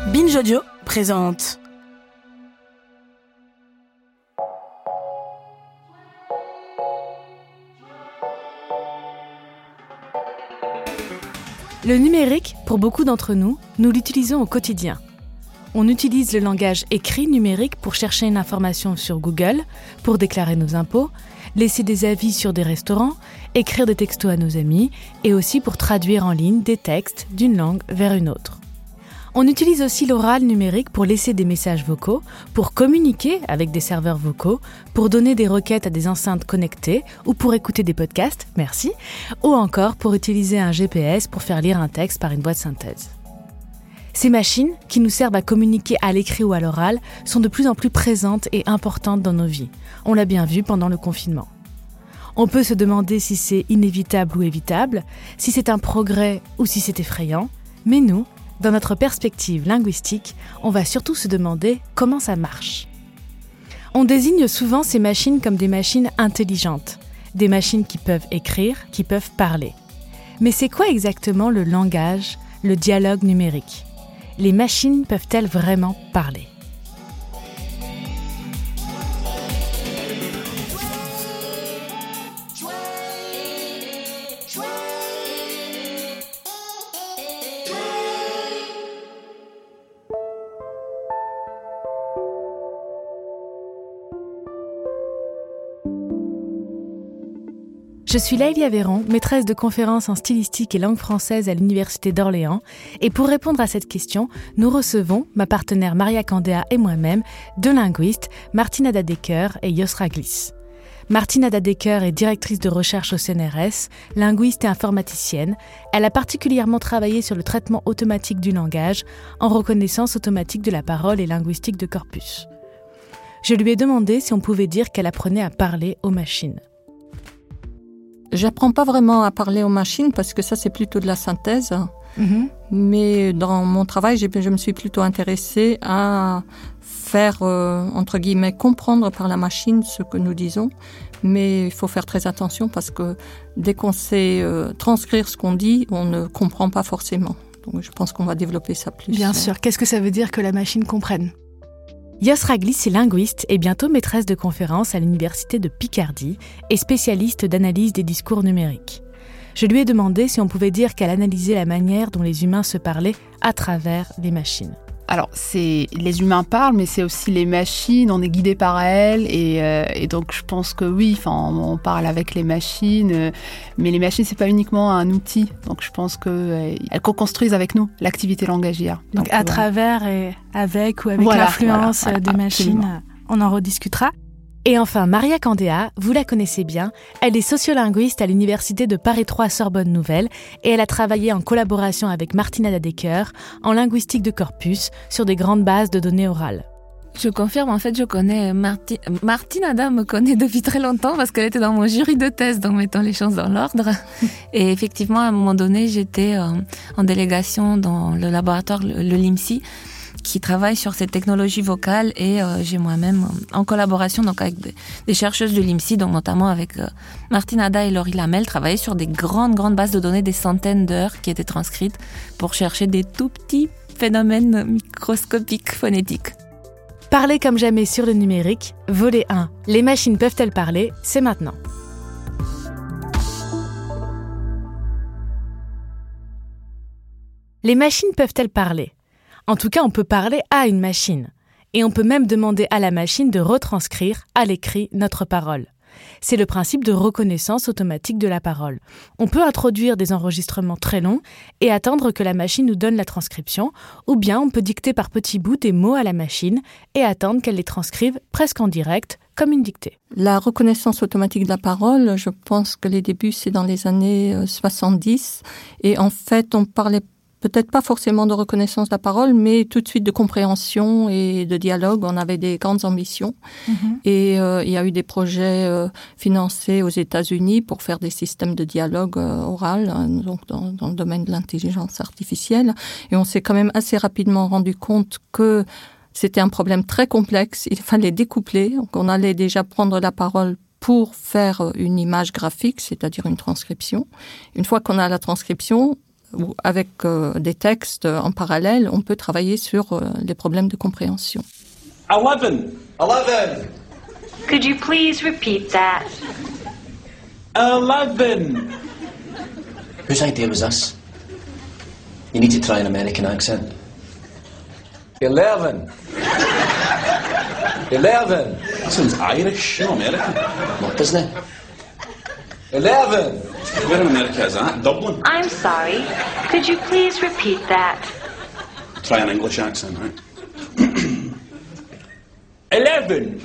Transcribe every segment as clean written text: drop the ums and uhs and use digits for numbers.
Binge Audio présente. Le numérique, pour beaucoup d'entre nous, nous l'utilisons au quotidien. On utilise le langage écrit numérique pour chercher une information sur Google, pour déclarer nos impôts, laisser des avis sur des restaurants, écrire des textos à nos amis et aussi pour traduire en ligne des textes d'une langue vers une autre. On utilise aussi l'oral numérique pour laisser des messages vocaux, pour communiquer avec des serveurs vocaux, pour donner des requêtes à des enceintes connectées ou pour écouter des podcasts, merci, ou encore pour utiliser un GPS pour faire lire un texte par une voix de synthèse. Ces machines, qui nous servent à communiquer à l'écrit ou à l'oral, sont de plus en plus présentes et importantes dans nos vies. On l'a bien vu pendant le confinement. On peut se demander si c'est inévitable ou évitable, si c'est un progrès ou si c'est effrayant, mais nous, dans notre perspective linguistique, on va surtout se demander comment ça marche. On désigne souvent ces machines comme des machines intelligentes, des machines qui peuvent écrire, qui peuvent parler. Mais c'est quoi exactement le langage, le dialogue numérique ? Les machines peuvent-elles vraiment parler ? Je suis Laëlia Véron, maîtresse de conférences en stylistique et langue française à l'Université d'Orléans. Et pour répondre à cette question, nous recevons, ma partenaire Maria Candéa et moi-même, deux linguistes, Martina Dadeker et Yosra Gliss. Martina Dadeker est directrice de recherche au CNRS, linguiste et informaticienne. Elle a particulièrement travaillé sur le traitement automatique du langage, en reconnaissance automatique de la parole et linguistique de corpus. Je lui ai demandé si on pouvait dire qu'elle apprenait à parler aux machines. J'apprends pas vraiment à parler aux machines parce que ça, c'est plutôt de la synthèse. Mais dans mon travail, je me suis plutôt intéressée à faire, entre guillemets, comprendre par la machine ce que nous disons. Mais il faut faire très attention parce que dès qu'on sait transcrire ce qu'on dit, on ne comprend pas forcément. Donc je pense qu'on va développer ça plus. Bien sûr. Qu'est-ce que ça veut dire que la machine comprenne ? Yosra Gliss est linguiste et bientôt maîtresse de conférences à l'Université de Picardie et spécialiste d'analyse des discours numériques. Je lui ai demandé si on pouvait dire qu'elle analysait la manière dont les humains se parlaient à travers les machines. Alors, les humains parlent, mais c'est aussi les machines, on est guidé par elles, et donc je pense que oui, on parle avec les machines, mais les machines, c'est pas uniquement un outil, donc je pense qu'elles co-construisent avec nous l'activité langagière. Donc à travers et avec ou avec l'influence des machines, on en rediscutera. Et enfin, Maria Candéa, vous la connaissez bien, elle est sociolinguiste à l'Université de Paris 3 Sorbonne Nouvelle et elle a travaillé en collaboration avec Martina Dadeker en linguistique de corpus sur des grandes bases de données orales. Je confirme, en fait, je connais Martina Ada me connaît depuis très longtemps parce qu'elle était dans mon jury de thèse, donc mettons les choses dans l'ordre. Et effectivement, à un moment donné, j'étais en délégation dans le laboratoire, le LIMSI, qui travaille sur ces technologies vocales et j'ai moi-même, en collaboration donc avec des chercheuses de l'IMSI, donc notamment avec Martine Ada et Laurie Lamel, travaillé sur des grandes bases de données, des centaines d'heures qui étaient transcrites pour chercher des tout petits phénomènes microscopiques phonétiques. Parler comme jamais sur le numérique, volet 1. Les machines peuvent-elles parler ? C'est maintenant. Les machines peuvent-elles parler ? En tout cas, on peut parler à une machine. Et on peut même demander à la machine de retranscrire à l'écrit notre parole. C'est le principe de reconnaissance automatique de la parole. On peut introduire des enregistrements très longs et attendre que la machine nous donne la transcription, ou bien on peut dicter par petits bouts des mots à la machine et attendre qu'elle les transcrive presque en direct, comme une dictée. La reconnaissance automatique de la parole, je pense que les débuts, c'est dans les années 70. Et en fait, on parlait peut-être pas forcément de reconnaissance de la parole, mais tout de suite de compréhension et de dialogue. On avait des grandes ambitions. Et il y a eu des projets financés aux États-Unis pour faire des systèmes de dialogue oral, donc dans le domaine de l'intelligence artificielle. Et on s'est quand même assez rapidement rendu compte que c'était un problème très complexe. Il fallait découpler. Donc on allait déjà prendre la parole pour faire une image graphique, c'est-à-dire une transcription. Une fois qu'on a la transcription, ou avec des textes en parallèle, on peut travailler sur les problèmes de compréhension. 11. Could you please repeat that? 11. Whose idea was this? You need to try an American accent. 11. That sounds Irish, not American. What, doesn't it? 11. Where in America is that? Dublin? I'm sorry. Could you please repeat that? Try an English accent, right? 11.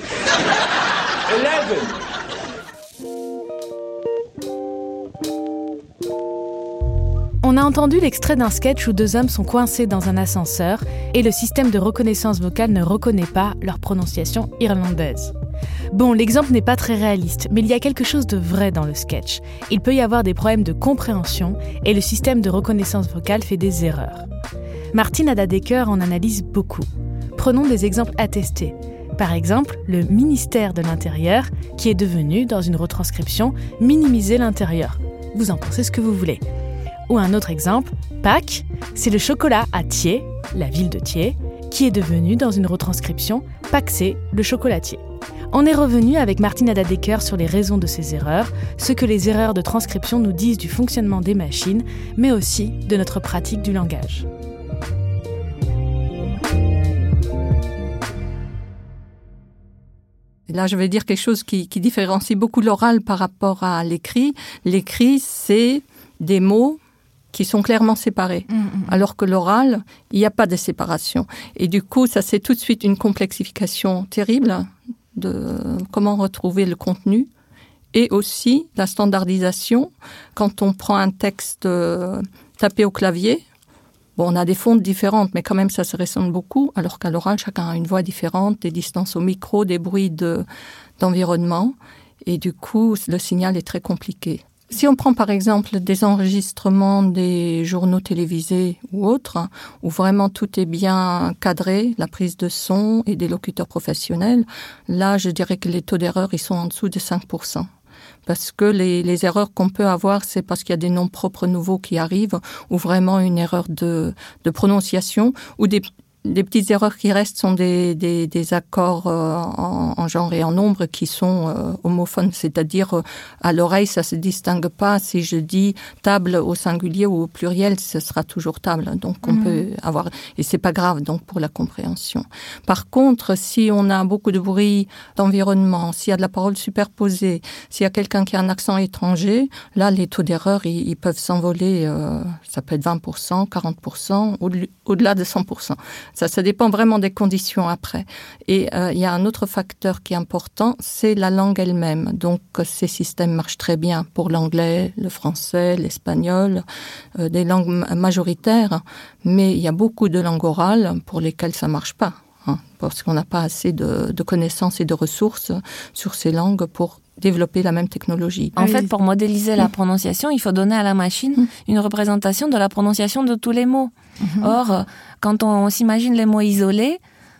On a entendu l'extrait d'un sketch où deux hommes sont coincés dans un ascenseur et le système de reconnaissance vocale ne reconnaît pas leur prononciation irlandaise. Bon, l'exemple n'est pas très réaliste, mais il y a quelque chose de vrai dans le sketch. Il peut y avoir des problèmes de compréhension et le système de reconnaissance vocale fait des erreurs. Martine Ada-Decker en analyse beaucoup. Prenons des exemples attestés. Par exemple, le ministère de l'Intérieur, qui est devenu, dans une retranscription, minimiser l'intérieur. Vous en pensez ce que vous voulez. Ou un autre exemple, Pâques, c'est le chocolat à Thiers, la ville de Thiers, qui est devenu, dans une retranscription, Paxé, le chocolatier. On est revenu avec Martine Ada-Decker sur les raisons de ces erreurs, ce que les erreurs de transcription nous disent du fonctionnement des machines, mais aussi de notre pratique du langage. Là, je vais dire quelque chose qui différencie beaucoup l'oral par rapport à l'écrit. L'écrit, c'est des mots qui sont clairement séparés. Alors que l'oral, il n'y a pas de séparation. Et du coup, ça, c'est tout de suite une complexification terrible de comment retrouver le contenu. Et aussi, la standardisation. Quand on prend un texte tapé au clavier, bon, on a des fontes différentes, mais quand même, ça se ressemble beaucoup. Alors qu'à l'oral, chacun a une voix différente, des distances au micro, des bruits d'environnement. Et du coup, le signal est très compliqué. Si on prend par exemple des enregistrements des journaux télévisés ou autres, où vraiment tout est bien cadré, la prise de son et des locuteurs professionnels, là, je dirais que les taux d'erreur, ils sont en dessous de 5%. Parce que les erreurs qu'on peut avoir, c'est parce qu'il y a des noms propres nouveaux qui arrivent, ou vraiment une erreur de prononciation, ou des petites erreurs qui restent sont des accords en genre et en nombre qui sont homophones, c'est-à-dire à l'oreille, ça se distingue pas. Si je dis table au singulier ou au pluriel, ce sera toujours table. Donc on peut avoir, et c'est pas grave donc pour la compréhension. Par contre, si on a beaucoup de bruit d'environnement, s'il y a de la parole superposée, s'il y a quelqu'un qui a un accent étranger, là les taux d'erreur ils peuvent s'envoler. Ça peut être 20%, 40%, au-delà de 100%. Ça dépend vraiment des conditions après. Et il y a un autre facteur qui est important, c'est la langue elle-même. Donc ces systèmes marchent très bien pour l'anglais, le français, l'espagnol, des langues majoritaires, mais il y a beaucoup de langues orales pour lesquelles ça marche pas, parce qu'on n'a pas assez de connaissances et de ressources sur ces langues pour développer la même technologie. En fait, pour modéliser la prononciation, il faut donner à la machine une représentation de la prononciation de tous les mots. Or, quand on s'imagine les mots isolés,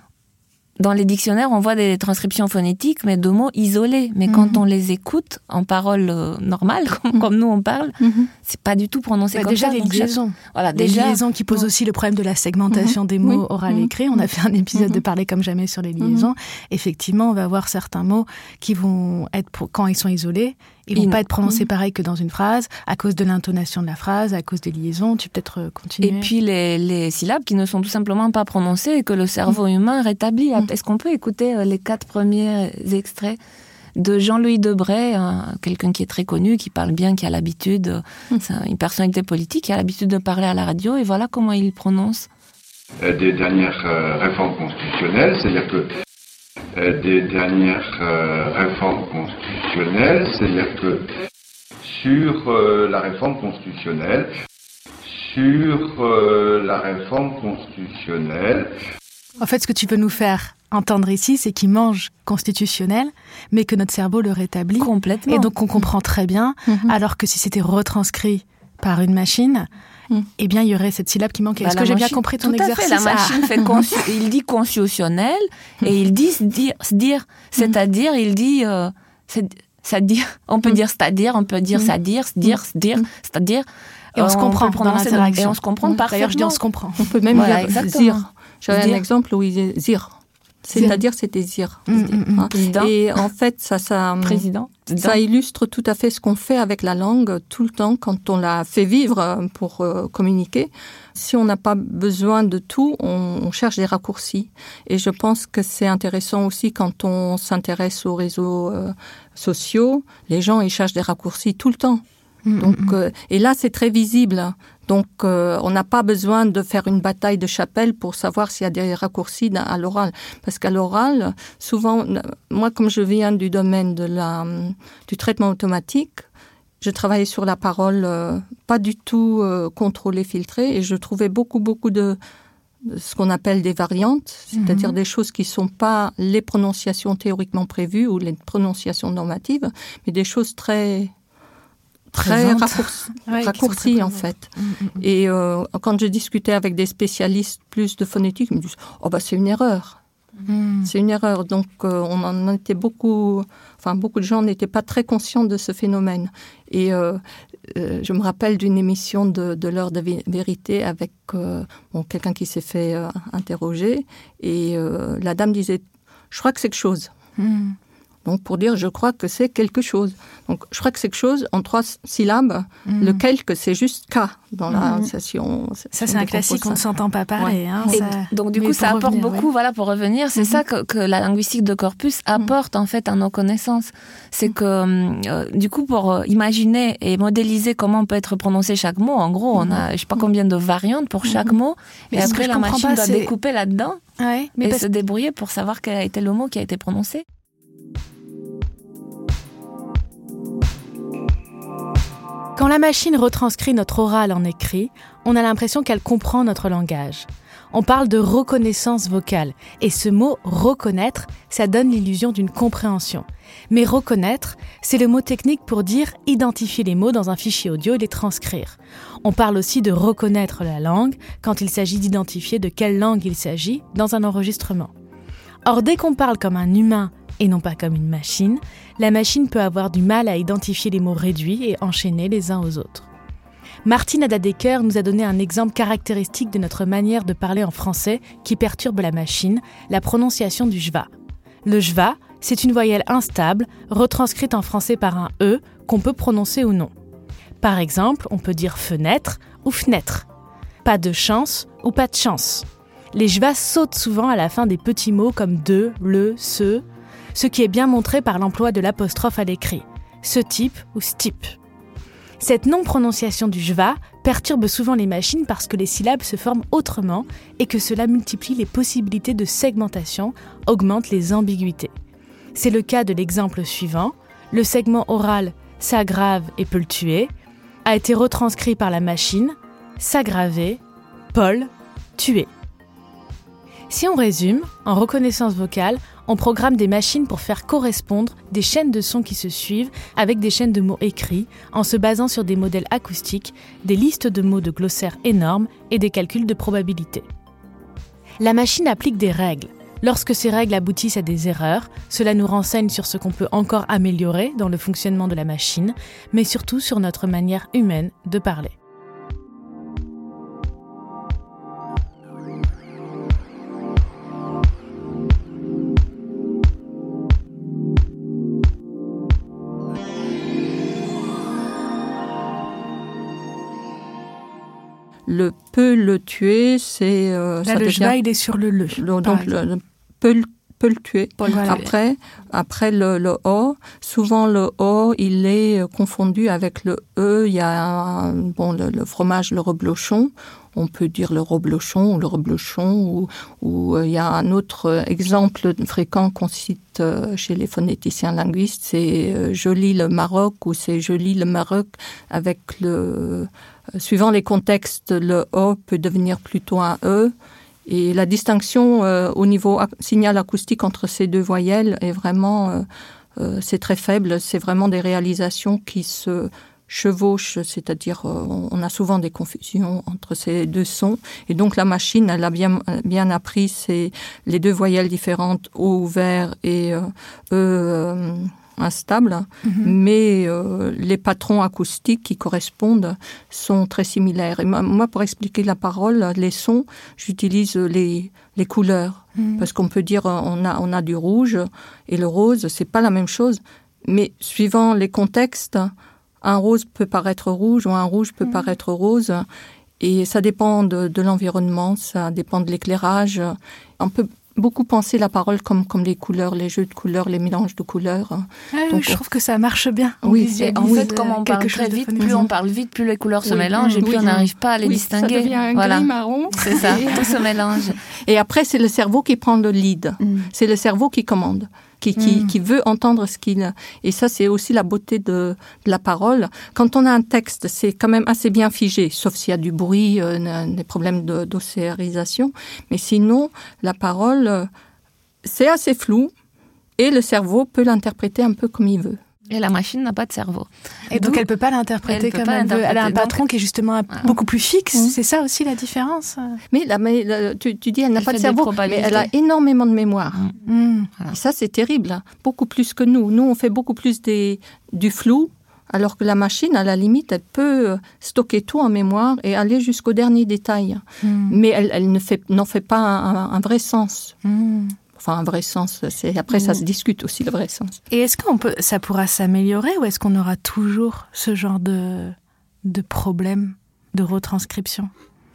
dans les dictionnaires, on voit des transcriptions phonétiques, mais de mots isolés. Mais quand on les écoute en parole normale, comme nous on parle, c'est pas du tout prononcé comme déjà ça. Les liaisons. Voilà, les liaisons qui posent aussi le problème de la segmentation des mots oral-écrit. On a fait un épisode de Parler comme jamais sur les liaisons. Effectivement, on va avoir certains mots qui vont être, quand ils sont isolés, ils vont pas être prononcés pareil que dans une phrase, à cause de l'intonation de la phrase, à cause des liaisons. Tu peux peut-être continuer. Et puis les syllabes qui ne sont tout simplement pas prononcées et que le cerveau humain rétablit. Est-ce qu'on peut écouter les 4 premiers extraits de Jean-Louis Debray, quelqu'un qui est très connu, qui parle bien, qui a l'habitude, c'est une personnalité politique, qui a l'habitude de parler à la radio, et voilà comment il prononce. Des dernières réformes constitutionnelles, c'est-à-dire que des dernières réformes constitutionnelles, c'est-à-dire que sur la réforme constitutionnelle, En fait, ce que tu veux nous faire entendre ici, c'est qu'il mange constitutionnel, mais que notre cerveau le rétablit. Complètement. Et donc, on comprend très bien, alors que si c'était retranscrit par une machine, eh bien, il y aurait cette syllabe qui manquait. Est-ce que j'ai bien compris ton exercice? Tout à fait, la machine fait il dit constitutionnel, et il dit dire, c'est-à-dire, il dit, c'est-à-dire, on peut dire c'est-à-dire, on peut dire c'est-à-dire, c'est-à-dire, Et on se comprend dans l'interaction. Et on se comprend parfaitement. D'ailleurs, je dis on se comprend. On peut même dire exactement. zir. J'avais un exemple où il disait zir. C'est-à-dire, c'était zir. Et en fait, Président. Ça illustre tout à fait ce qu'on fait avec la langue tout le temps quand on la fait vivre pour communiquer. Si on n'a pas besoin de tout, on cherche des raccourcis. Et je pense que c'est intéressant aussi quand on s'intéresse aux réseaux sociaux. Les gens, ils cherchent des raccourcis tout le temps. Donc, et là, c'est très visible. Donc, on n'a pas besoin de faire une bataille de chapelle pour savoir s'il y a des raccourcis à l'oral. Parce qu'à l'oral, souvent, moi, comme je viens du domaine du traitement automatique, je travaillais sur la parole pas du tout contrôlée, filtrée, et je trouvais beaucoup de ce qu'on appelle des variantes, c'est-à-dire des choses qui ne sont pas les prononciations théoriquement prévues ou les prononciations normatives, mais des choses très raccourcis en fait. Et quand je discutais avec des spécialistes plus de phonétique, ils me disent « Oh bah c'est une erreur ». C'est une erreur. Donc on en était beaucoup de gens n'étaient pas très conscients de ce phénomène. Et je me rappelle d'une émission de l'heure de vérité avec quelqu'un qui s'est fait interroger, et la dame disait « Je crois que c'est quelque chose ». Donc, pour dire, je crois que c'est quelque chose. Donc, je crois que c'est quelque chose en 3 syllabes. Le quelque, c'est juste K dans la session. Ça, c'est un classique, on ne s'entend pas parler. Hein, donc, du coup, ça apporte beaucoup, pour revenir. C'est ça que la linguistique de corpus apporte, en fait, à nos connaissances. C'est que, du coup, pour imaginer et modéliser comment peut être prononcé chaque mot, en gros, on a, je sais pas combien de variantes pour chaque mot. Et après, la machine doit découper là-dedans et se débrouiller pour savoir quel a été le mot qui a été prononcé. Quand la machine retranscrit notre oral en écrit, on a l'impression qu'elle comprend notre langage. On parle de reconnaissance vocale, et ce mot « reconnaître », ça donne l'illusion d'une compréhension. Mais reconnaître, c'est le mot technique pour dire identifier les mots dans un fichier audio et les transcrire. On parle aussi de reconnaître la langue quand il s'agit d'identifier de quelle langue il s'agit dans un enregistrement. Or, dès qu'on parle comme un humain et non pas comme une machine, la machine peut avoir du mal à identifier les mots réduits et enchaînés les uns aux autres. Martine Adadecker nous a donné un exemple caractéristique de notre manière de parler en français qui perturbe la machine, la prononciation du schwa. Le schwa, c'est une voyelle instable, retranscrite en français par un « e » qu'on peut prononcer ou non. Par exemple, on peut dire « fenêtre » ou « fenêtre ». Pas de chance ou pas de chance. Les schwas sautent souvent à la fin des petits mots comme « de », « le », « ce », ce qui est bien montré par l'emploi de l'apostrophe à l'écrit, ce type ou ce type. Cette non-prononciation du schwa perturbe souvent les machines parce que les syllabes se forment autrement et que cela multiplie les possibilités de segmentation, augmente les ambiguïtés. C'est le cas de l'exemple suivant. Le segment oral « s'aggrave et peut le tuer » a été retranscrit par la machine « s'aggraver, Paul, tuer ». Si on résume, en reconnaissance vocale, on programme des machines pour faire correspondre des chaînes de sons qui se suivent avec des chaînes de mots écrits en se basant sur des modèles acoustiques, des listes de mots de glossaire énormes et des calculs de probabilité. La machine applique des règles. Lorsque ces règles aboutissent à des erreurs, cela nous renseigne sur ce qu'on peut encore améliorer dans le fonctionnement de la machine, mais surtout sur notre manière humaine de parler. Le peut le tuer, c'est... Là, ça le schwa, il est sur le le. Donc, le peut le tuer. Voilà. Après le O, souvent le O, il est confondu avec le E. Il y a le fromage, le reblochon. On peut dire le reblochon ou le reblochon. Ou il y a un autre exemple fréquent qu'on cite chez les phonéticiens linguistes, c'est joli le Maroc ou c'est joli le Maroc avec le... Suivant les contextes, le O peut devenir plutôt un E. Et la distinction au niveau signal acoustique entre ces deux voyelles est vraiment, c'est très faible. C'est vraiment des réalisations qui se chevauchent, c'est-à-dire on a souvent des confusions entre ces deux sons. Et donc la machine, elle a bien appris les deux voyelles différentes, O ouvert et E instables, mais les patrons acoustiques qui correspondent sont très similaires. Et moi, pour expliquer la parole, les sons, j'utilise les couleurs. Parce qu'on peut dire on a du rouge et le rose, c'est pas la même chose. Mais suivant les contextes, un rose peut paraître rouge ou un rouge peut paraître rose. Et ça dépend de l'environnement, ça dépend de l'éclairage. On peut beaucoup penser la parole comme les couleurs, les jeux de couleurs, les mélanges de couleurs. Donc, je trouve que ça marche bien. En fait, comme on parle très vite, plus on parle vite, plus les couleurs se mélangent et plus on n'arrive pas à les distinguer. Ça devient un gris marron. C'est ça, tout se mélange. Et après, c'est le cerveau qui prend le lead. C'est le cerveau qui commande, qui veut entendre ce qu'il... Et ça, c'est aussi la beauté de la parole. Quand on a un texte, c'est quand même assez bien figé, sauf s'il y a du bruit, des problèmes d'osséarisation. Mais sinon, la parole, c'est assez flou et le cerveau peut l'interpréter un peu comme il veut. Et la machine n'a pas de cerveau. Et donc, elle ne peut pas l'interpréter comme elle veut. Elle a un patron qui est justement beaucoup plus fixe. C'est ça aussi la différence. Mais tu dis elle n'a pas de cerveau, mais elle a énormément de mémoire. Et ça, c'est terrible. Beaucoup plus que nous. Nous, on fait beaucoup plus du flou, alors que la machine, à la limite, elle peut stocker tout en mémoire et aller jusqu'au dernier détail. Mais elle n'en fait pas un vrai sens. Enfin, un vrai sens, après ça se discute aussi, le vrai sens. Et est-ce ça pourra s'améliorer ou est-ce qu'on aura toujours ce genre de problème de retranscription ?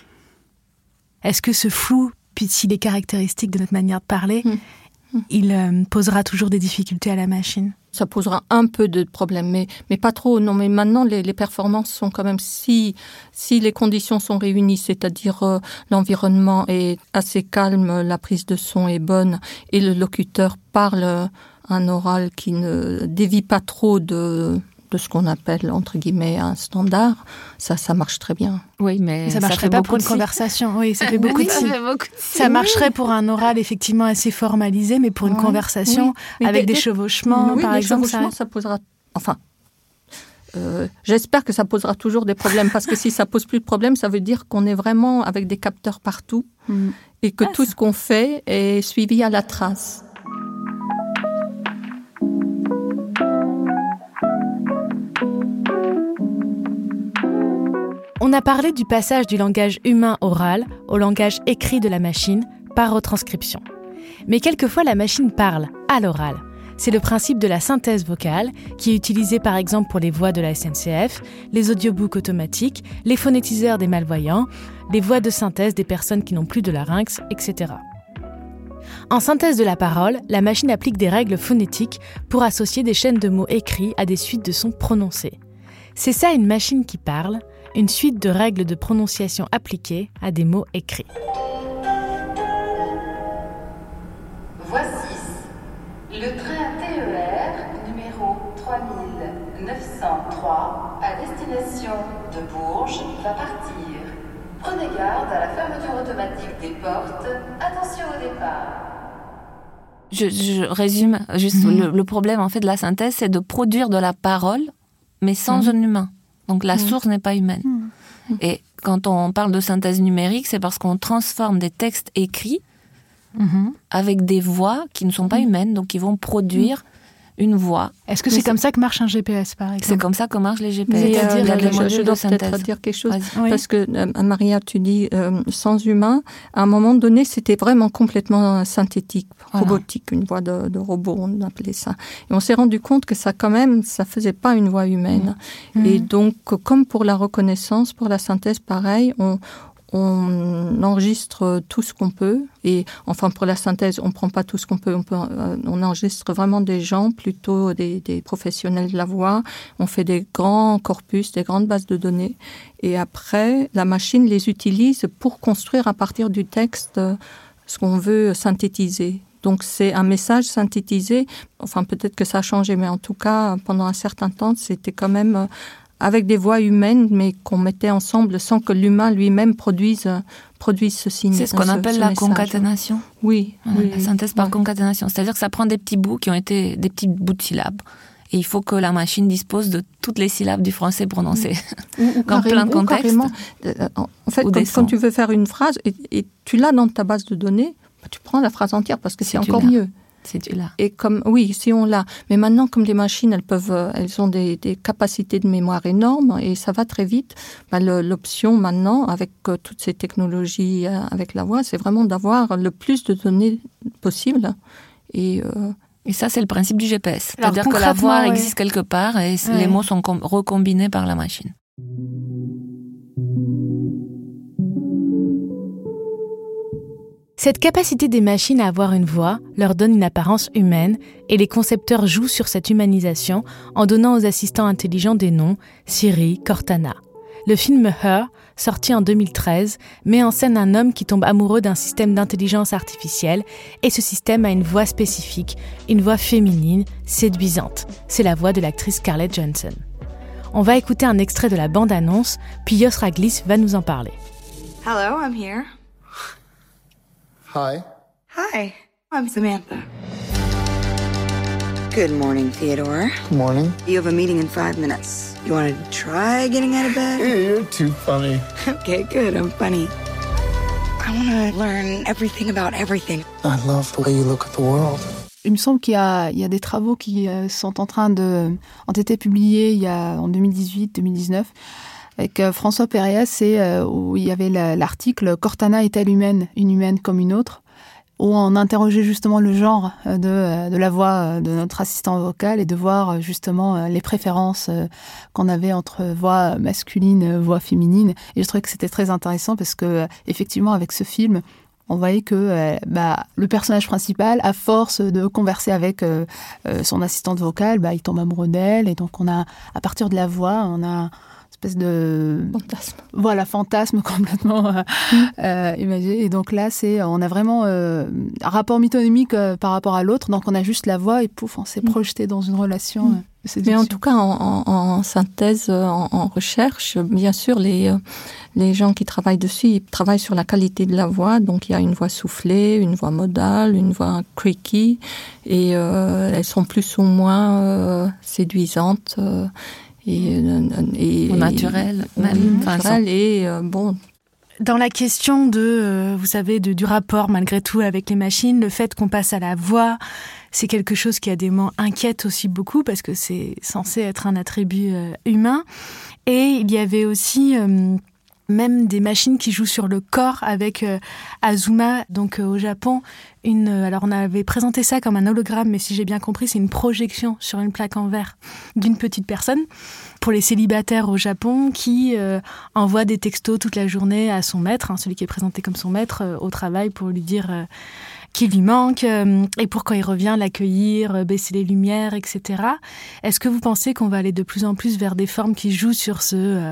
Est-ce que ce flou, puis s'il est caractéristique de notre manière de parler, il posera toujours des difficultés à la machine ? Ça posera un peu de problèmes, mais pas trop. Non, mais maintenant, les performances sont quand même, si les conditions sont réunies, c'est-à-dire l'environnement est assez calme, la prise de son est bonne et le locuteur parle un oral qui ne dévie pas trop de ce qu'on appelle, entre guillemets, un standard, ça marche très bien. Oui, mais ça marcherait pas pour une conversation. Oui, ça fait beaucoup de signes. Ça marcherait pour un oral effectivement assez formalisé, mais pour une conversation avec des chevauchements, par exemple. Ça posera... Enfin, j'espère que ça posera toujours des problèmes, parce que si ça pose plus de problèmes, ça veut dire qu'on est vraiment avec des capteurs partout et que tout ce qu'on fait est suivi à la trace. On a parlé du passage du langage humain oral au langage écrit de la machine par retranscription. Mais quelquefois, la machine parle à l'oral. C'est le principe de la synthèse vocale qui est utilisé par exemple pour les voix de la SNCF, les audiobooks automatiques, les phonétiseurs des malvoyants, les voix de synthèse des personnes qui n'ont plus de larynx, etc. En synthèse de la parole, la machine applique des règles phonétiques pour associer des chaînes de mots écrits à des suites de sons prononcés. C'est ça une machine qui parle, une suite de règles de prononciation appliquées à des mots écrits. Voici le train TER numéro 3903 à destination de Bourges va partir. Prenez garde à la fermeture automatique des portes. Attention au départ. Je résume juste le problème en fait de la synthèse, c'est de produire de la parole, mais sans un humain. Donc la source n'est pas humaine. Et quand on parle de synthèse numérique, c'est parce qu'on transforme des textes écrits avec des voix qui ne sont pas humaines, donc qui vont produire une voix. Est-ce que c'est comme ça que marche un GPS, par exemple ? C'est comme ça que marchent les GPS. Je dois peut-être dire quelque chose, parce que Maria, tu dis sans humain. À un moment donné, c'était vraiment complètement synthétique, robotique, une voix de robot, on appelait ça. Et on s'est rendu compte que ça faisait pas une voix humaine. Et donc, comme pour la reconnaissance, pour la synthèse, pareil, on enregistre tout ce qu'on peut, et enfin pour la synthèse on prend pas tout ce qu'on peut, on enregistre vraiment des gens, plutôt des professionnels de la voix, on fait des grands corpus, des grandes bases de données, et après la machine les utilise pour construire à partir du texte ce qu'on veut synthétiser. Donc c'est un message synthétisé, enfin peut-être que ça a changé, mais en tout cas pendant un certain temps c'était quand même avec des voix humaines, mais qu'on mettait ensemble sans que l'humain lui-même produise ce signe. C'est ce qu'on appelle la concaténation. Oui. La synthèse par concaténation. C'est-à-dire que ça prend des petits bouts qui ont été des petits bouts de syllabes. Et il faut que la machine dispose de toutes les syllabes du français prononcées. Dans plein de contextes. En fait, quand tu veux faire une phrase et tu l'as dans ta base de données, tu prends la phrase entière parce que c'est encore mieux. c'est-tu-là. Et comme, oui, si on l'a. Mais maintenant, comme les machines, elles ont des capacités de mémoire énormes et ça va très vite. L'option maintenant, avec toutes ces technologies, avec la voix, c'est vraiment d'avoir le plus de données possible. Et ça, c'est le principe du GPS. C'est-à-dire que la voix existe quelque part et les mots sont recombinés par la machine. Cette capacité des machines à avoir une voix leur donne une apparence humaine et les concepteurs jouent sur cette humanisation en donnant aux assistants intelligents des noms, Siri, Cortana. Le film Her, sorti en 2013, met en scène un homme qui tombe amoureux d'un système d'intelligence artificielle et ce système a une voix spécifique, une voix féminine, séduisante. C'est la voix de l'actrice Scarlett Johansson. On va écouter un extrait de la bande-annonce, puis Yos Raglis va nous en parler. Hello, I'm here. Hi. Hi, I'm Samantha. Good morning, Theodore. Good morning. You have a meeting in 5 minutes. You want to try getting out of bed? You're too funny. Okay, good, I'm funny. I want to learn everything about everything. I love the way you look at the world. Il me semble qu'il y a des travaux qui ont été publiés en 2018-2019 avec François Périas où il y avait l'article « Cortana est-elle humaine, une humaine comme une autre ?» où on interrogeait justement le genre de la voix de notre assistant vocal et de voir justement les préférences qu'on avait entre voix masculine, voix féminine. Et je trouvais que c'était très intéressant parce que effectivement avec ce film, on voyait que le personnage principal, à force de converser avec son assistante vocale, il tombe amoureux d'elle. Et donc on a, à partir de la voix, on a espèce de fantasme. Voilà, fantasme complètement imagé. Et donc là, on a vraiment un rapport mythonymique par rapport à l'autre. Donc on a juste la voix et pouf, on s'est projeté dans une relation. Mais en tout cas, en synthèse, en recherche, bien sûr, les gens qui travaillent dessus, ils travaillent sur la qualité de la voix. Donc il y a une voix soufflée, une voix modale, une voix creaky, et elles sont plus ou moins séduisantes. Et naturel, même. Et bon. Dans la question vous savez, du rapport malgré tout avec les machines, le fait qu'on passe à la voix, c'est quelque chose qui à des moments inquiète aussi beaucoup parce que c'est censé être un attribut humain. Et il y avait aussi même des machines qui jouent sur le corps avec Azuma, donc au Japon. Alors on avait présenté ça comme un hologramme, mais si j'ai bien compris, c'est une projection sur une plaque en verre d'une petite personne pour les célibataires au Japon qui envoie des textos toute la journée à son maître, celui qui est présenté comme son maître au travail pour lui dire qu'il lui manque et pour quand il revient l'accueillir, baisser les lumières, etc. Est-ce que vous pensez qu'on va aller de plus en plus vers des formes qui jouent sur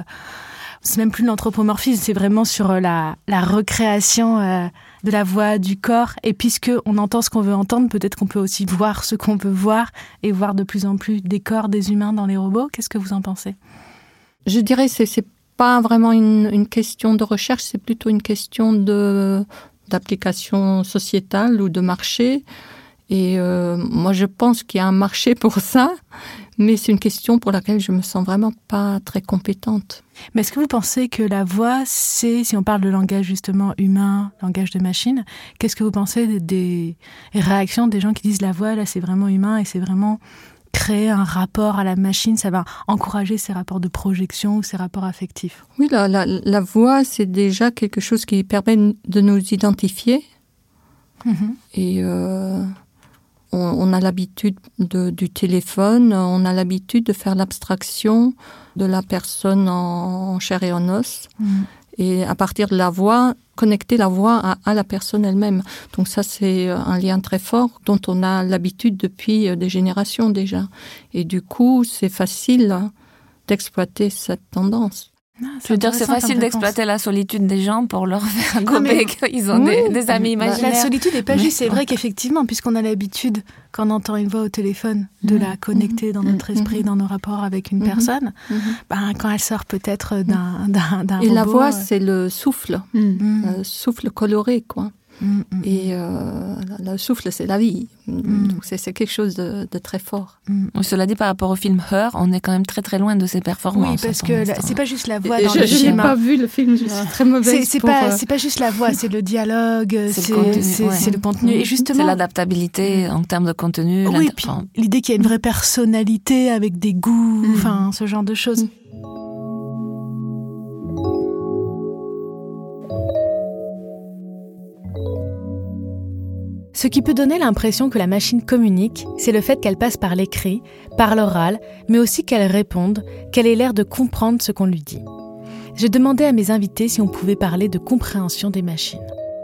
c'est même plus l'anthropomorphisme, c'est vraiment sur la recréation de la voix, du corps. Et puisque on entend ce qu'on veut entendre, peut-être qu'on peut aussi voir ce qu'on peut voir et voir de plus en plus des corps des humains dans les robots. Qu'est-ce que vous en pensez ? Je dirais que c'est pas vraiment une question de recherche, c'est plutôt une question d'application sociétale ou de marché. Et moi, je pense qu'il y a un marché pour ça, mais c'est une question pour laquelle je me sens vraiment pas très compétente. Mais est-ce que vous pensez que la voix, si on parle de langage justement humain, langage de machine, qu'est-ce que vous pensez des réactions des gens qui disent la voix, là, c'est vraiment humain et c'est vraiment créer un rapport à la machine, ça va encourager ces rapports de projection ou ces rapports affectifs ? Oui, la voix, c'est déjà quelque chose qui permet de nous identifier. Et on a l'habitude du téléphone, on a l'habitude de faire l'abstraction de la personne en chair et en os. Et à partir de la voix, connecter la voix à la personne elle-même. Donc ça, c'est un lien très fort dont on a l'habitude depuis des générations déjà. Et du coup, c'est facile d'exploiter cette tendance. Je veux dire, c'est facile d'exploiter la solitude des gens pour leur faire gober qu'ils ont des amis imaginaires. La solitude n'est pas juste, c'est vrai qu'effectivement, puisqu'on a l'habitude, quand on entend une voix au téléphone, de la connecter dans notre esprit, dans nos rapports avec une personne, quand elle sort peut-être d'un Et robot... la voix, c'est le souffle, souffle coloré, quoi. Et le souffle, c'est la vie. Donc c'est quelque chose de très fort. Cela dit, par rapport au film Her, on est quand même très très loin de ses performances. Oui, parce que c'est pas juste la voix dans le film. Je n'ai pas vu le film, je suis très mauvaise. C'est pas juste la voix, c'est le dialogue, c'est le contenu. Et justement, c'est l'adaptabilité en termes de contenu. Oui, puis l'idée qu'il y a une vraie personnalité avec des goûts, enfin ce genre de choses. Ce qui peut donner l'impression que la machine communique, c'est le fait qu'elle passe par l'écrit, par l'oral, mais aussi qu'elle réponde, qu'elle ait l'air de comprendre ce qu'on lui dit. J'ai demandé à mes invités si on pouvait parler de compréhension des machines.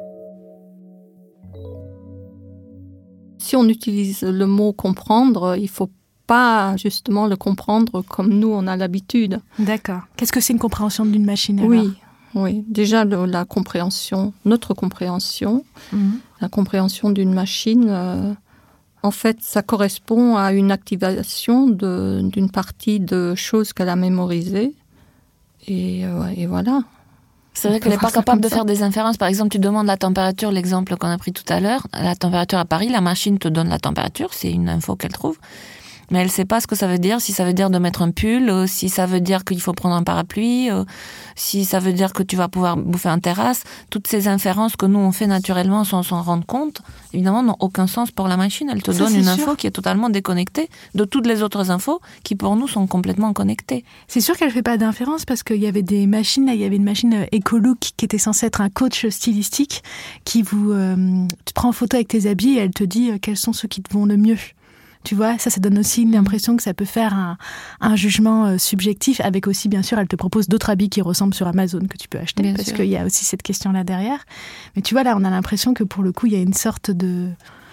Si on utilise le mot « comprendre », il ne faut pas justement le comprendre comme nous, on a l'habitude. D'accord. Qu'est-ce que c'est une compréhension d'une machine alors ? Oui. Déjà, la compréhension, notre compréhension, la compréhension d'une machine, en fait, ça correspond à une activation d'une partie de choses qu'elle a mémorisées. Et voilà. C'est vrai qu'elle n'est pas capable de faire des inférences. Par exemple, tu demandes la température, l'exemple qu'on a pris tout à l'heure. La température à Paris, la machine te donne la température, c'est une info qu'elle trouve. Mais elle ne sait pas ce que ça veut dire, si ça veut dire de mettre un pull, si ça veut dire qu'il faut prendre un parapluie, si ça veut dire que tu vas pouvoir bouffer en terrasse. Toutes ces inférences que nous on fait naturellement sans s'en rendre compte, évidemment, n'ont aucun sens pour la machine. Elle te donne une info qui est totalement déconnectée de toutes les autres infos qui pour nous sont complètement connectées. C'est sûr qu'elle ne fait pas d'inférence parce qu'il y avait des machines, là, il y avait une machine Ecolook qui était censée être un coach stylistique qui tu te prends en photo avec tes habits et elle te dit quels sont ceux qui te vont le mieux. Tu vois, ça donne aussi l'impression que ça peut faire un jugement subjectif, avec aussi, bien sûr, elle te propose d'autres habits qui ressemblent sur Amazon que tu peux acheter, bien parce qu'il y a aussi cette question-là derrière. Mais tu vois, là, on a l'impression que pour le coup, il y a une sorte de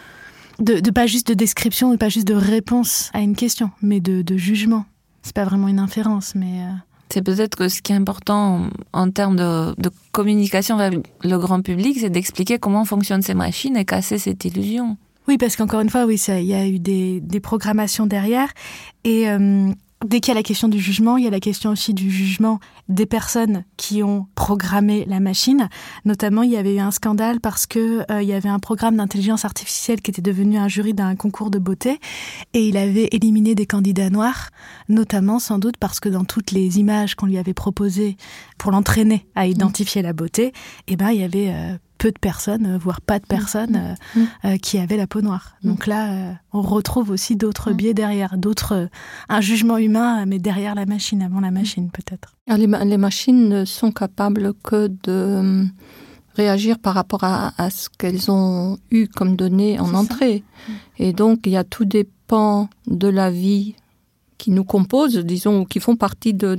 pas juste de description, pas juste de réponse à une question, mais de jugement. C'est pas vraiment une inférence, mais... C'est peut-être que ce qui est important en termes de communication vers le grand public, c'est d'expliquer comment fonctionnent ces machines et casser cette illusion. Oui, parce qu'encore une fois, il y a eu des programmations derrière. Et dès qu'il y a la question du jugement, il y a la question aussi du jugement des personnes qui ont programmé la machine. Notamment, il y avait eu un scandale parce que il y avait un programme d'intelligence artificielle qui était devenu un jury d'un concours de beauté. Et il avait éliminé des candidats noirs, notamment sans doute parce que dans toutes les images qu'on lui avait proposées pour l'entraîner à identifier la beauté, il y avait... peu de personnes, voire pas de personnes qui avaient la peau noire. Donc là, on retrouve aussi d'autres biais derrière, un jugement humain, mais derrière la machine, avant la machine peut-être. Les machines ne sont capables que de réagir par rapport à ce qu'elles ont eu comme données en entrée. Et donc, il y a tout dépend de la vie qui nous composent, disons, ou qui font partie de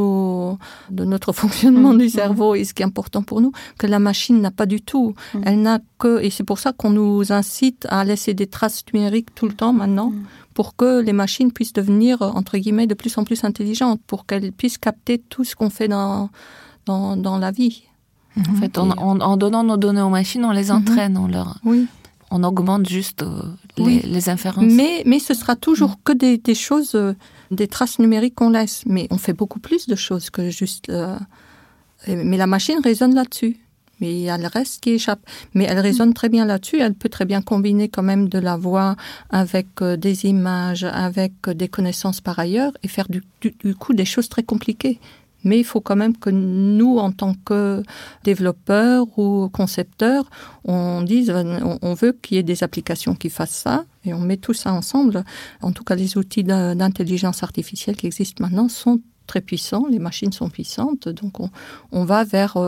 notre fonctionnement du cerveau et ce qui est important pour nous, que la machine n'a pas du tout. Elle n'a que, et c'est pour ça qu'on nous incite à laisser des traces numériques tout le temps maintenant, pour que les machines puissent devenir, entre guillemets, de plus en plus intelligentes, pour qu'elles puissent capter tout ce qu'on fait dans la vie. En fait, en donnant nos données aux machines, on les entraîne, on augmente juste les inférences. Mais ce sera toujours que des choses, des traces numériques qu'on laisse. Mais on fait beaucoup plus de choses que juste... mais la machine raisonne là-dessus. Mais il y a le reste qui échappe. Mais elle raisonne très bien là-dessus. Elle peut très bien combiner quand même de la voix avec des images, avec des connaissances par ailleurs et faire du coup des choses très compliquées. Mais il faut quand même que nous, en tant que développeurs ou concepteurs, on dise, on veut qu'il y ait des applications qui fassent ça, et on met tout ça ensemble. En tout cas, les outils d'intelligence artificielle qui existent maintenant sont très puissants, les machines sont puissantes, donc on va vers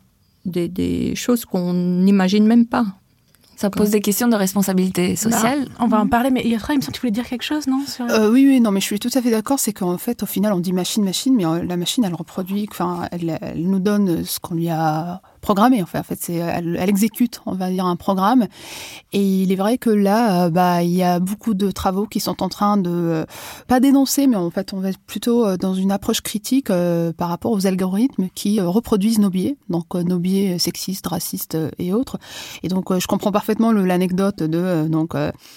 des choses qu'on n'imagine même pas. Ça pose des questions de responsabilité sociale. On va en parler, mais Yatra, il me semble que tu voulais dire quelque chose, non Oui, non, mais je suis tout à fait d'accord. C'est qu'en fait, au final, on dit machine, mais la machine, elle reproduit, elle nous donne ce qu'on lui a programmé. En fait, elle exécute, on va dire, un programme. Et il est vrai que là, il y a beaucoup de travaux qui sont en train de pas dénoncer, mais en fait, on va être plutôt dans une approche critique par rapport aux algorithmes qui reproduisent nos biais, donc nos biais sexistes, racistes et autres. Et donc, je comprends parfaitement l'anecdote de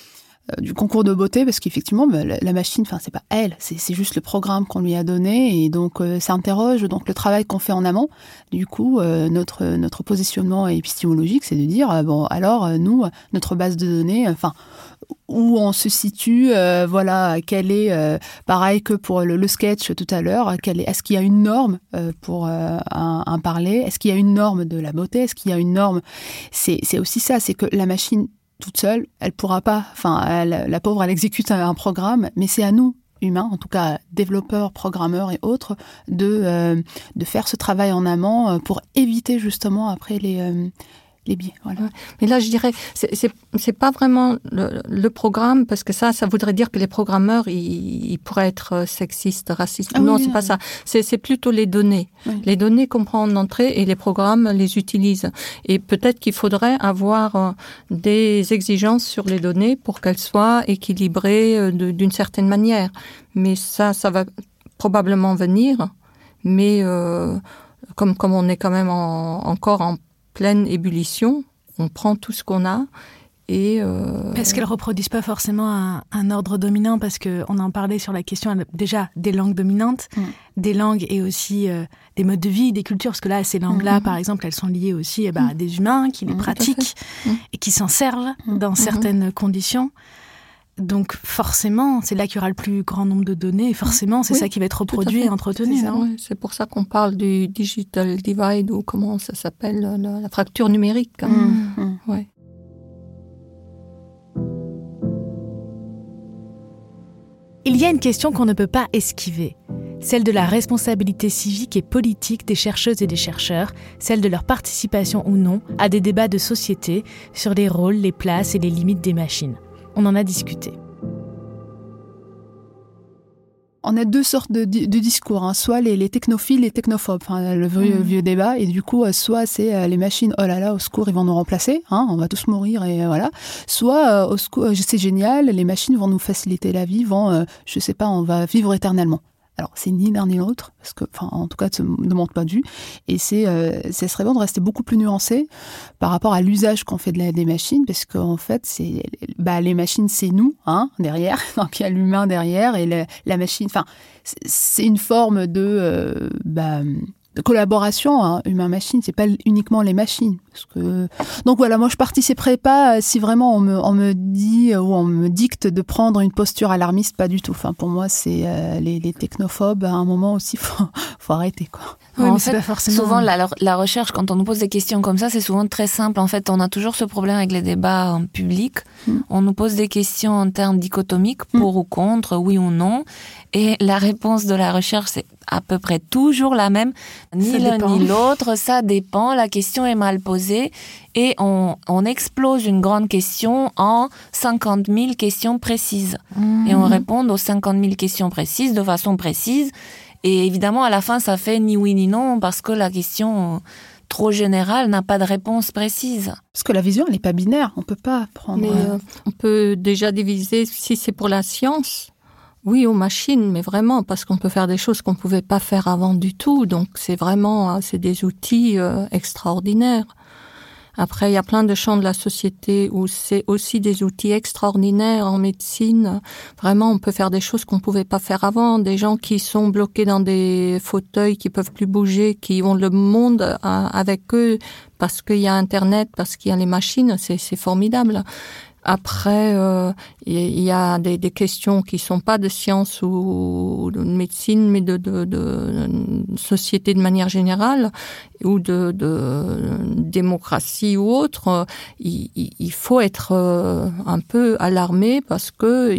du concours de beauté, parce qu'effectivement, la machine, enfin, c'est pas elle, c'est juste le programme qu'on lui a donné, et donc ça interroge donc le travail qu'on fait en amont. Du coup, notre positionnement épistémologique, c'est de dire bon, alors nous, notre base de données, enfin, où on se situe, voilà, quelle est, pareil que pour le sketch tout à l'heure, est-ce qu'il y a une norme pour un parler, est-ce qu'il y a une norme de la beauté, est-ce qu'il y a une norme, c'est aussi ça, c'est que la machine toute seule, elle pourra pas, enfin, la pauvre, elle exécute un programme, mais c'est à nous, humains, en tout cas développeurs, programmeurs et autres, de faire ce travail en amont pour éviter justement après les biais. Voilà. Mais là, je dirais, c'est pas vraiment le programme, parce que ça voudrait dire que les programmeurs, ils pourraient être sexistes, racistes. Non, c'est pas ça. C'est plutôt les données. Oui. Les données qu'on prend en entrée et les programmes les utilisent. Et peut-être qu'il faudrait avoir des exigences sur les données pour qu'elles soient équilibrées d'une certaine manière. Mais ça va probablement venir. Mais comme on est quand même encore en pleine ébullition, on prend tout ce qu'on a et... Parce qu'elles ne reproduisent pas forcément un ordre dominant, parce qu'on en parlait sur la question déjà des langues dominantes, des langues et aussi des modes de vie, des cultures, parce que là, ces langues-là, par exemple, elles sont liées aussi à des humains qui les pratiquent et qui s'en servent dans certaines conditions. Donc forcément, c'est là qu'il y aura le plus grand nombre de données, et forcément, c'est ça qui va être reproduit et entretenu. C'est pour ça qu'on parle du digital divide, ou comment ça s'appelle, la fracture numérique. Hein. Ouais. Il y a une question qu'on ne peut pas esquiver, celle de la responsabilité civique et politique des chercheuses et des chercheurs, celle de leur participation ou non à des débats de société sur les rôles, les places et les limites des machines. On en a discuté. On a deux sortes de discours, hein. Soit les technophiles, les technophobes, enfin, le vieux débat, et du coup, soit c'est les machines, oh là là, au secours, ils vont nous remplacer, hein, on va tous mourir, et voilà. Soit, au secours, c'est génial, les machines vont nous faciliter la vie, je sais pas, on va vivre éternellement. Alors, c'est ni l'un ni l'autre, parce que, enfin, en tout cas, de mon point de vue. Et ce serait bon de rester beaucoup plus nuancé par rapport à l'usage qu'on fait des machines, parce qu'en fait, les machines, c'est nous, hein, derrière. Donc, il y a l'humain derrière, et la machine, enfin, c'est une forme de collaboration, hein, humain-machine, c'est pas uniquement les machines. Donc voilà, moi je participerai pas si vraiment on me dit ou on me dicte de prendre une posture alarmiste, pas du tout. Enfin, pour moi, c'est les technophobes, à un moment aussi, faut arrêter, quoi. Oui, en fait, souvent, la recherche, quand on nous pose des questions comme ça, c'est souvent très simple. En fait, on a toujours ce problème avec les débats publics. On nous pose des questions en termes dichotomiques, pour ou contre, oui ou non. Et la réponse de la recherche, c'est à peu près toujours la même. Ni l'un ni l'autre, ça dépend. La question est mal posée. Et on explose une grande question en 50 000 questions précises. Et on répond aux 50 000 questions précises de façon précise. Et évidemment, à la fin, ça fait ni oui ni non, parce que la question trop générale n'a pas de réponse précise. Parce que la vision, elle n'est pas binaire. On peut pas prendre... Mais on peut déjà diviser, si c'est pour la science, oui, aux machines, mais vraiment, parce qu'on peut faire des choses qu'on ne pouvait pas faire avant du tout. Donc, c'est des outils extraordinaires. Après, il y a plein de champs de la société où c'est aussi des outils extraordinaires en médecine. Vraiment, on peut faire des choses qu'on pouvait pas faire avant. Des gens qui sont bloqués dans des fauteuils, qui peuvent plus bouger, qui ont le monde avec eux parce qu'il y a Internet, parce qu'il y a les machines. C'est formidable. Après, il y a des questions qui sont pas de science ou de médecine, mais de société de manière générale, ou de démocratie ou autre. Il faut être un peu alarmé, parce que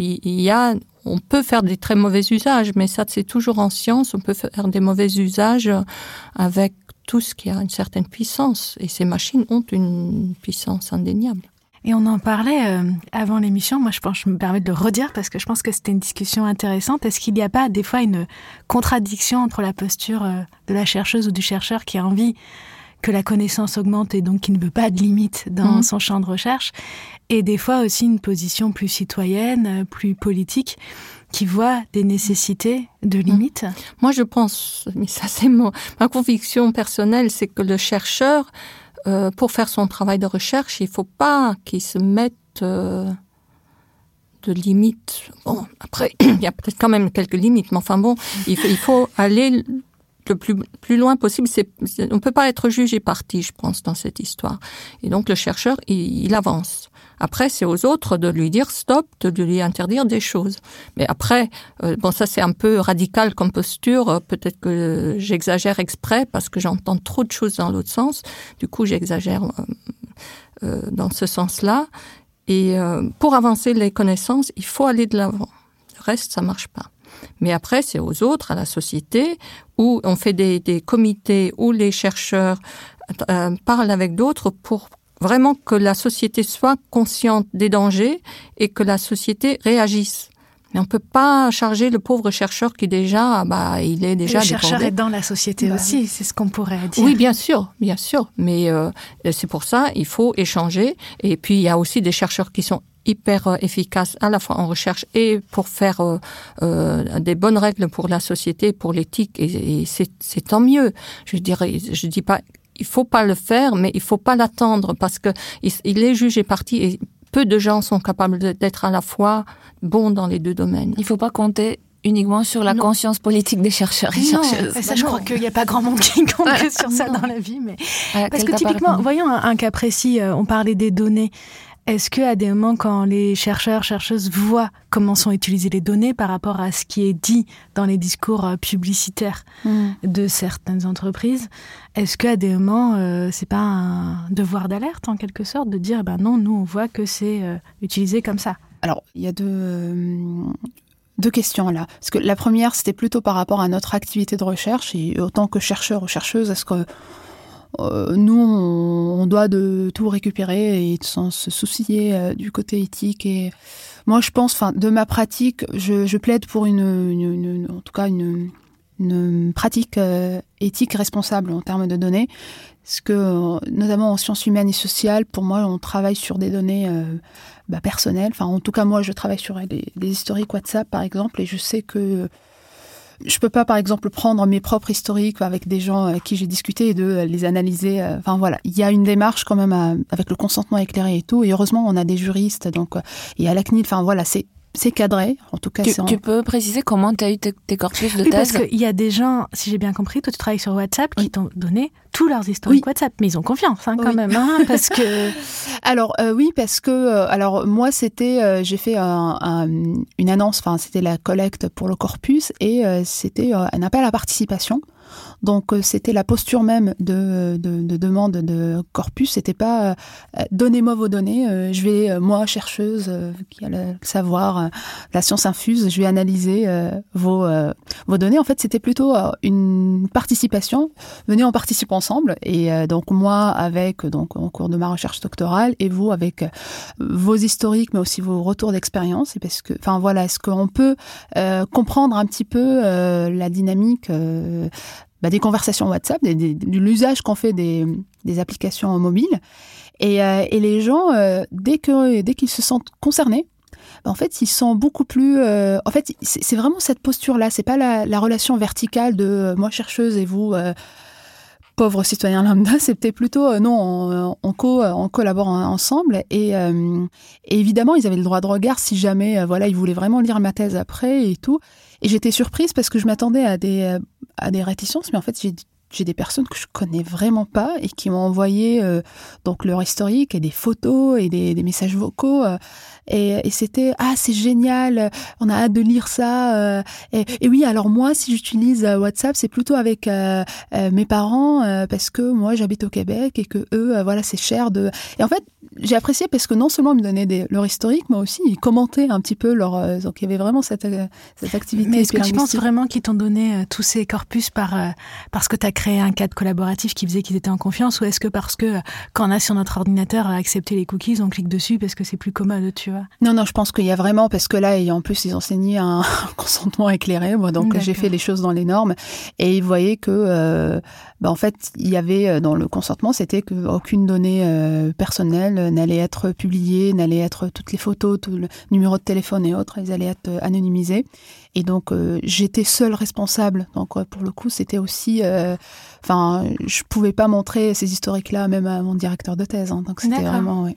on peut faire des très mauvais usages, mais ça, c'est toujours en science. On peut faire des mauvais usages avec tout ce qui a une certaine puissance. Et ces machines ont une puissance indéniable. Et on en parlait avant l'émission. Moi, je me permets de le redire parce que je pense que c'était une discussion intéressante. Est-ce qu'il n'y a pas des fois une contradiction entre la posture de la chercheuse ou du chercheur qui a envie que la connaissance augmente et donc qui ne veut pas de limite dans son champ de recherche, et des fois aussi une position plus citoyenne, plus politique, qui voit des nécessités de limites? Moi, je pense, mais ça c'est ma conviction personnelle, c'est que le chercheur, pour faire son travail de recherche, il ne faut pas qu'il se mette de limites. Bon, après, il y a peut-être quand même quelques limites, mais enfin bon, il faut aller le plus loin possible. On peut pas être juge et partie, je pense, dans cette histoire. Et donc, le chercheur, il avance. Après, c'est aux autres de lui dire stop, de lui interdire des choses. Mais après, bon, ça c'est un peu radical comme posture. Peut-être que j'exagère exprès parce que j'entends trop de choses dans l'autre sens. Du coup, j'exagère dans ce sens-là. Et pour avancer les connaissances, il faut aller de l'avant. Le reste, ça marche pas. Mais après, c'est aux autres, à la société, où on fait des comités où les chercheurs parlent avec d'autres pour vraiment que la société soit consciente des dangers et que la société réagisse. Mais on peut pas charger le pauvre chercheur qui déjà, il est déjà débordé. Le chercheur est dans la société aussi, c'est ce qu'on pourrait dire. Oui, bien sûr. Mais c'est pour ça, il faut échanger. Et puis, il y a aussi des chercheurs qui sont hyper efficaces à la fois en recherche et pour faire des bonnes règles pour la société, pour l'éthique. Et c'est tant mieux. Je dis pas, il faut pas le faire, mais il faut pas l'attendre parce que il est juge et partie et peu de gens sont capables d'être à la fois bons dans les deux domaines. Il faut pas compter uniquement sur la conscience politique des chercheurs et chercheuses. Ça, je crois qu'il n'y a pas grand monde qui compte sur ça dans la vie. Mais parce que typiquement, voyons un cas précis, on parlait des données. Est-ce qu'à des moments, quand les chercheurs, chercheuses voient comment sont utilisées les données par rapport à ce qui est dit dans les discours publicitaires de certaines entreprises, est-ce qu'à des moments, c'est pas un devoir d'alerte en quelque sorte de dire non, nous on voit que c'est utilisé comme ça? Alors, il y a deux questions là. Parce que la première, c'était plutôt par rapport à notre activité de recherche et autant que chercheur ou chercheuse, est-ce que nous, on doit de tout récupérer et sans se soucier du côté éthique. Et moi, je pense, de ma pratique, je plaide pour en tout cas une pratique éthique responsable en termes de données. Parce que, notamment en sciences humaines et sociales, pour moi, on travaille sur des données personnelles. Enfin, en tout cas, moi, je travaille sur les historiques WhatsApp, par exemple, et je sais que je peux pas, par exemple, prendre mes propres historiques avec des gens avec qui j'ai discuté et de les analyser. Enfin, voilà. Il y a une démarche quand même avec le consentement éclairé et tout. Et heureusement, on a des juristes. Donc, et à la CNIL, enfin, voilà, c'est cadré. En tout cas, tu peux préciser comment tu as eu tes corpus de thèse? Parce qu'il y a des gens, si j'ai bien compris, toi tu travailles sur WhatsApp, qui t'ont donné tous leurs historiques WhatsApp, mais ils ont confiance quand même, parce que... Alors oui, parce que alors moi c'était j'ai fait une annonce, enfin c'était la collecte pour le corpus et c'était un appel à participation. Donc c'était la posture même de demande de corpus. C'était pas donnez-moi vos données. Je vais moi chercheuse qui a le savoir, la science infuse, je vais analyser vos données. En fait, c'était plutôt une participation. Venez, on participe ensemble. Et donc moi avec donc en cours de ma recherche doctorale et vous avec vos historiques, mais aussi vos retours d'expérience. Et parce que, enfin voilà, est-ce qu'on peut comprendre un petit peu la dynamique des conversations WhatsApp, de l'usage qu'on fait des applications mobiles. Et les gens, dès qu'ils se sentent concernés, en fait, ils sont beaucoup plus... en fait, c'est vraiment cette posture-là. C'est pas la relation verticale de moi chercheuse et vous... pauvres citoyens lambda, c'était plutôt non, on collabore ensemble et évidemment ils avaient le droit de regard si jamais ils voulaient vraiment lire ma thèse après et tout. Et j'étais surprise parce que je m'attendais à des réticences, mais en fait j'ai des personnes que je connais vraiment pas et qui m'ont envoyé donc leur historique et des photos et des messages vocaux et c'était c'est génial, on a hâte de lire ça et oui, alors moi si j'utilise WhatsApp c'est plutôt avec mes parents parce que moi j'habite au Québec et que eux c'est cher de... Et en fait j'ai apprécié parce que non seulement ils me donnaient leur historique, mais aussi ils commentaient un petit peu leur... donc il y avait vraiment cette activité. Mais est-ce que tu penses vraiment qu'ils t'ont donné tous ces corpus parce que tu as créé un cadre collaboratif qui faisait qu'ils étaient en confiance, ou est-ce que parce que quand on a sur notre ordinateur à accepter les cookies, on clique dessus parce que c'est plus commode, tu vois? Non, je pense qu'il y a vraiment, parce que là, et en plus ils enseignaient un consentement éclairé, moi, donc j'ai fait les choses dans les normes, et ils voyaient que en fait, il y avait dans le consentement, c'était qu'aucune donnée personnelle n'allait être publiée, n'allait être toutes les photos, tout le numéro de téléphone et autres, ils allaient être anonymisés. Et donc, j'étais seule responsable. Donc, pour le coup, c'était aussi... je pouvais pas montrer ces historiques-là, même à mon directeur de thèse. Hein, donc, c'était vraiment... Ouais.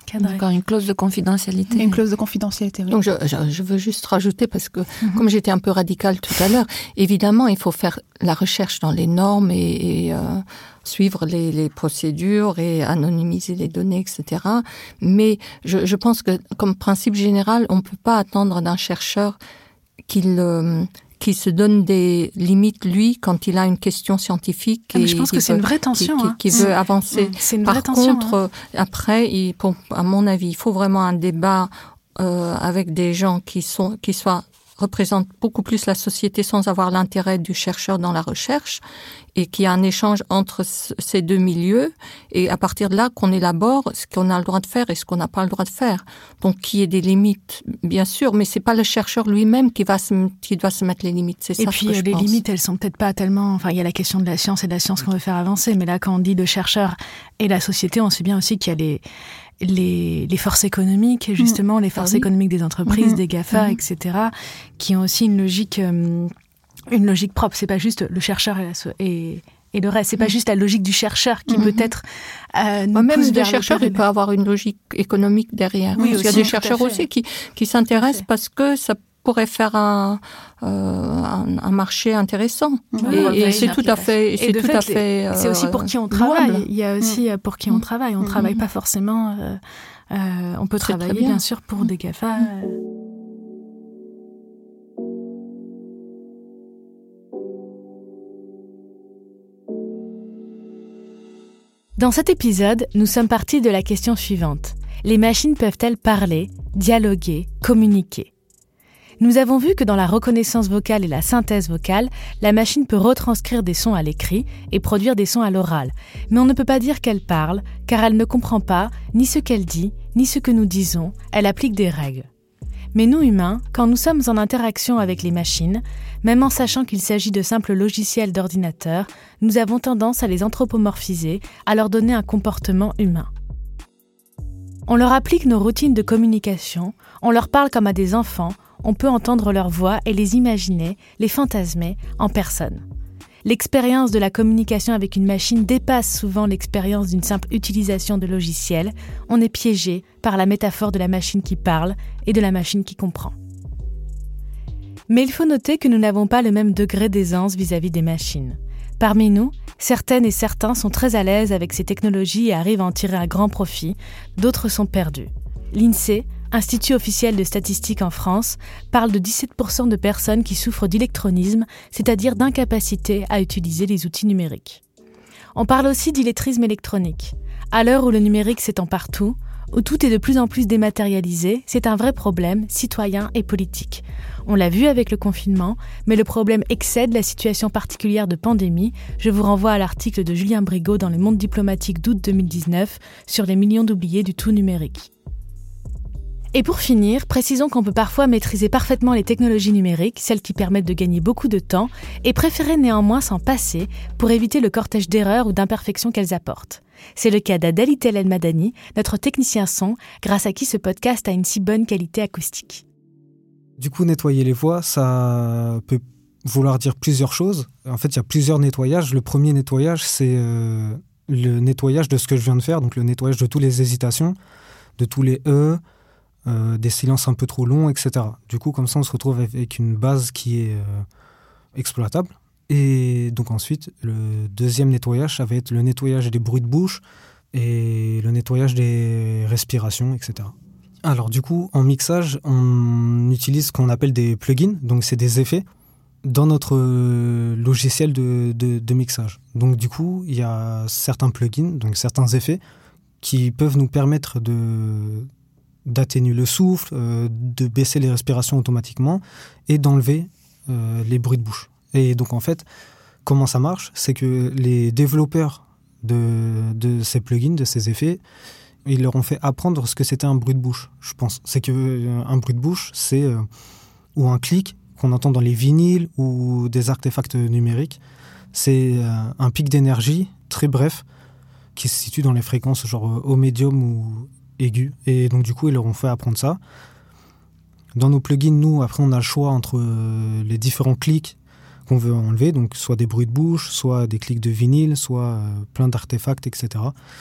cadré. Encore une clause de confidentialité. Une clause de confidentialité, oui. Donc je veux juste rajouter, parce que comme j'étais un peu radicale tout à l'heure, évidemment, il faut faire la recherche dans les normes et suivre les procédures et anonymiser les données, etc. Mais je pense que, comme principe général, on ne peut pas attendre d'un chercheur qu'il se donne des limites, lui, quand il a une question scientifique. Mais je pense que c'est une vraie tension. Qui veut avancer. C'est une vraie tension. Par contre, après, à mon avis, il faut vraiment un débat avec des gens qui représentent beaucoup plus la société sans avoir l'intérêt du chercheur dans la recherche, et qu'il y a un échange entre ces deux milieux, et à partir de là qu'on élabore ce qu'on a le droit de faire et ce qu'on n'a pas le droit de faire. Donc qu'il y ait des limites, bien sûr, mais c'est pas le chercheur lui-même qui doit se mettre les limites. C'est ça. Et puis que je les pense. limites, elles sont peut-être pas tellement. Enfin, il y a la question de la science et de la science qu'on veut faire avancer, mais là, quand on dit le chercheur et la société, on sait bien aussi qu'il y a les forces économiques, justement, les forces économiques des entreprises, des GAFA, etc., qui ont aussi une logique propre. C'est pas juste le chercheur et le reste. C'est pas juste la logique du chercheur qui peut-être même le chercheur, il peut avoir une logique économique derrière. Oui, il y a des chercheurs aussi qui s'intéressent parce que ça pourrait faire un marché intéressant. Et c'est tout à fait. C'est aussi pour qui on travaille. Il y a aussi pour qui on travaille. On travaille pas forcément. On peut travailler bien sûr pour des GAFA. Dans cet épisode, nous sommes partis de la question suivante. Les machines peuvent-elles parler, dialoguer, communiquer ? Nous avons vu que dans la reconnaissance vocale et la synthèse vocale, la machine peut retranscrire des sons à l'écrit et produire des sons à l'oral. Mais on ne peut pas dire qu'elle parle, car elle ne comprend pas ni ce qu'elle dit, ni ce que nous disons, elle applique des règles. Mais nous, humains, quand nous sommes en interaction avec les machines, même en sachant qu'il s'agit de simples logiciels d'ordinateur, nous avons tendance à les anthropomorphiser, à leur donner un comportement humain. On leur applique nos routines de communication, on leur parle comme à des enfants, on peut entendre leur voix et les imaginer, les fantasmer en personne. L'expérience de la communication avec une machine dépasse souvent l'expérience d'une simple utilisation de logiciels. On est piégé par la métaphore de la machine qui parle et de la machine qui comprend. Mais il faut noter que nous n'avons pas le même degré d'aisance vis-à-vis des machines. Parmi nous, certaines et certains sont très à l'aise avec ces technologies et arrivent à en tirer un grand profit, d'autres sont perdus. L'INSEE, Institut officiel de statistique en France, parle de 17% de personnes qui souffrent d'électronisme, c'est-à-dire d'incapacité à utiliser les outils numériques. On parle aussi d'illettrisme électronique. À l'heure où le numérique s'étend partout, où tout est de plus en plus dématérialisé, c'est un vrai problème citoyen et politique. On l'a vu avec le confinement, mais le problème excède la situation particulière de pandémie. Je vous renvoie à l'article de Julien Brigaud dans Le Monde diplomatique d'août 2019 sur les millions d'oubliés du tout numérique. Et pour finir, précisons qu'on peut parfois maîtriser parfaitement les technologies numériques, celles qui permettent de gagner beaucoup de temps, et préférer néanmoins s'en passer pour éviter le cortège d'erreurs ou d'imperfections qu'elles apportent. C'est le cas d'Adel Itel El Madani, notre technicien son, grâce à qui ce podcast a une si bonne qualité acoustique. Du coup, nettoyer les voix, ça peut vouloir dire plusieurs choses. En fait, il y a plusieurs nettoyages. Le premier nettoyage, c'est le nettoyage de ce que je viens de faire, donc le nettoyage de toutes les hésitations, de tous les des silences un peu trop longs, etc. Du coup, comme ça, on se retrouve avec une base qui est exploitable. Et donc ensuite, le deuxième nettoyage, ça va être le nettoyage des bruits de bouche et le nettoyage des respirations, etc. Alors du coup, en mixage, on utilise ce qu'on appelle des plugins, donc c'est des effets dans notre logiciel de mixage. Donc du coup, il y a certains plugins, donc certains effets, qui peuvent nous permettre d'atténuer le souffle, de baisser les respirations automatiquement et d'enlever les bruits de bouche. Et donc en fait, comment ça marche ? C'est que les développeurs de ces plugins, de ces effets, ils leur ont fait apprendre ce que c'était un bruit de bouche, je pense. C'est qu'un bruit de bouche, c'est ou un clic qu'on entend dans les vinyles ou des artefacts numériques. C'est un pic d'énergie très bref qui se situe dans les fréquences genre au médium ou aigu. Et donc du coup, ils leur ont fait apprendre ça. Dans nos plugins, nous, après, on a le choix entre les différents clics qu'on veut enlever, donc soit des bruits de bouche, soit des clics de vinyle, soit plein d'artefacts, etc.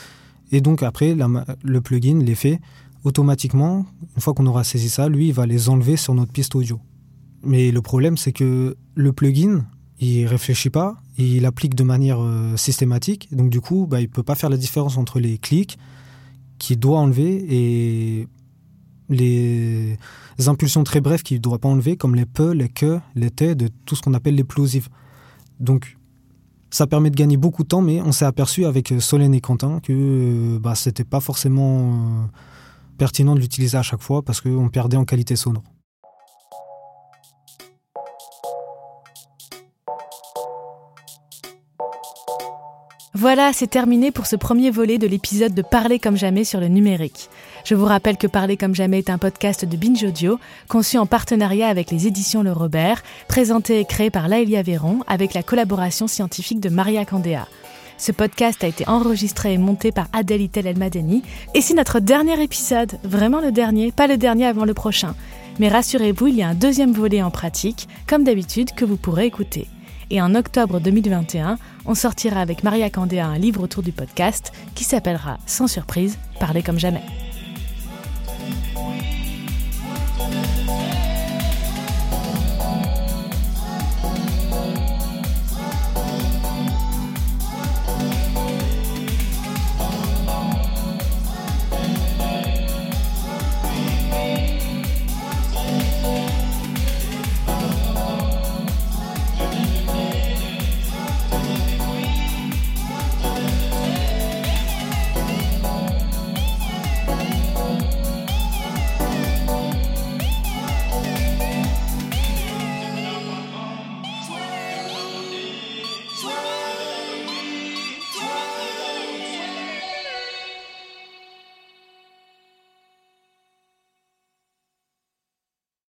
Et donc après, le plugin, l'effet, automatiquement, une fois qu'on aura saisi ça, lui, il va les enlever sur notre piste audio. Mais le problème, c'est que le plugin, il réfléchit pas, il applique de manière systématique. Donc du coup, il peut pas faire la différence entre les clics qu'il doit enlever et les impulsions très brèves qu'il ne doit pas enlever, comme les peu, les que, les te, de tout ce qu'on appelle les plosives. Donc ça permet de gagner beaucoup de temps, mais on s'est aperçu avec Solène et Quentin que c'était pas forcément pertinent de l'utiliser à chaque fois parce qu'on perdait en qualité sonore. Voilà, c'est terminé pour ce premier volet de l'épisode de Parler comme jamais sur le numérique. Je vous rappelle que Parler comme jamais est un podcast de Binge Audio, conçu en partenariat avec les éditions Le Robert, présenté et créé par Laëlia Véron, avec la collaboration scientifique de Maria Candéa. Ce podcast a été enregistré et monté par Adèle Itel Elmadeni, et c'est notre dernier épisode, vraiment le dernier, pas le dernier avant le prochain. Mais rassurez-vous, il y a un deuxième volet en pratique, comme d'habitude, que vous pourrez écouter. Et en octobre 2021, on sortira avec Maria Candéa un livre autour du podcast qui s'appellera, sans surprise, Parler comme jamais.